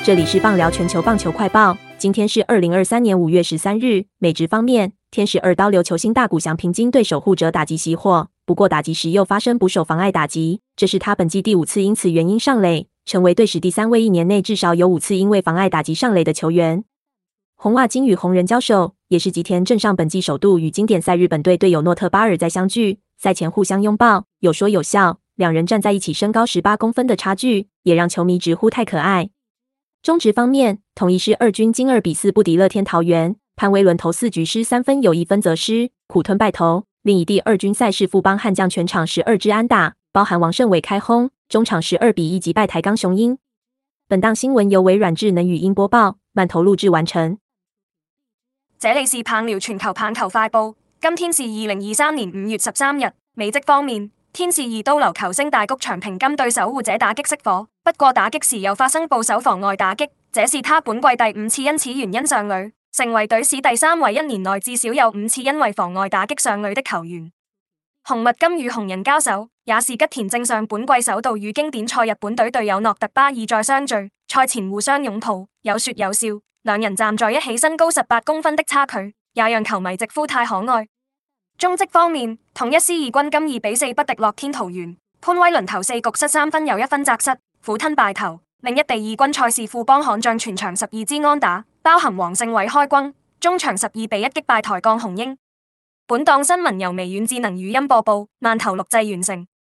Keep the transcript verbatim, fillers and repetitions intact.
这里是棒聊全球棒球快报，今天是二零二三年五月十三日。美职方面，天使二刀流球星大谷翔平今对守护者打击熄火，不过打击时又发生捕手妨碍打击，这是他本季第五次因此原因上垒，成为队史第三位一年内至少有五次因为妨碍打击上垒的球员。红袜今与红人交手，也是吉田正尚本季首度与经典赛日本队队友诺特巴尔再相聚，赛前互相拥抱，有说有笑，两人站在一起，身高十八公分的差距，也让球迷直呼太可爱。中职方面，统一狮二军今二比四不敌乐天桃园，潘威伦投四局失三分，有一分则失，苦吞败投。另一地二军赛事富邦悍将全场十二支安打，包含王胜伟开轰，中场十二比一击败台钢雄鹰。本档新闻由微软智能语音播报，慢投录制完成。 這裡是棒聊全球棒球快報，今天是二零二三年五月十三日。美職方面，天使二刀流球星大谷翔平今對守護者打擊熄火，不過打擊時又發生捕手妨礙打擊，這是他本季第五次因此原因上壘，成為隊史第三位一年內至少有五次因為妨礙打擊上壘的球員。紅襪今與紅人交手，也是吉田正尚本季首度與經典賽日本隊隊友諾特巴爾再相聚，賽前互相擁抱，有說有笑，兩人站在一起，身高十八公分的差距，也讓球迷直呼太可愛。中職方面，統一獅二軍今二比四不敵樂天桃園，潘威倫投四局失三分，有一分責失，苦吞敗投。另一地二軍賽事富邦悍將全場十二支安打，包含黃勝偉開轟，中場十二比一擊敗台鋼雄鷹。本檔新聞由微軟智能語音播報，慢投錄製完成。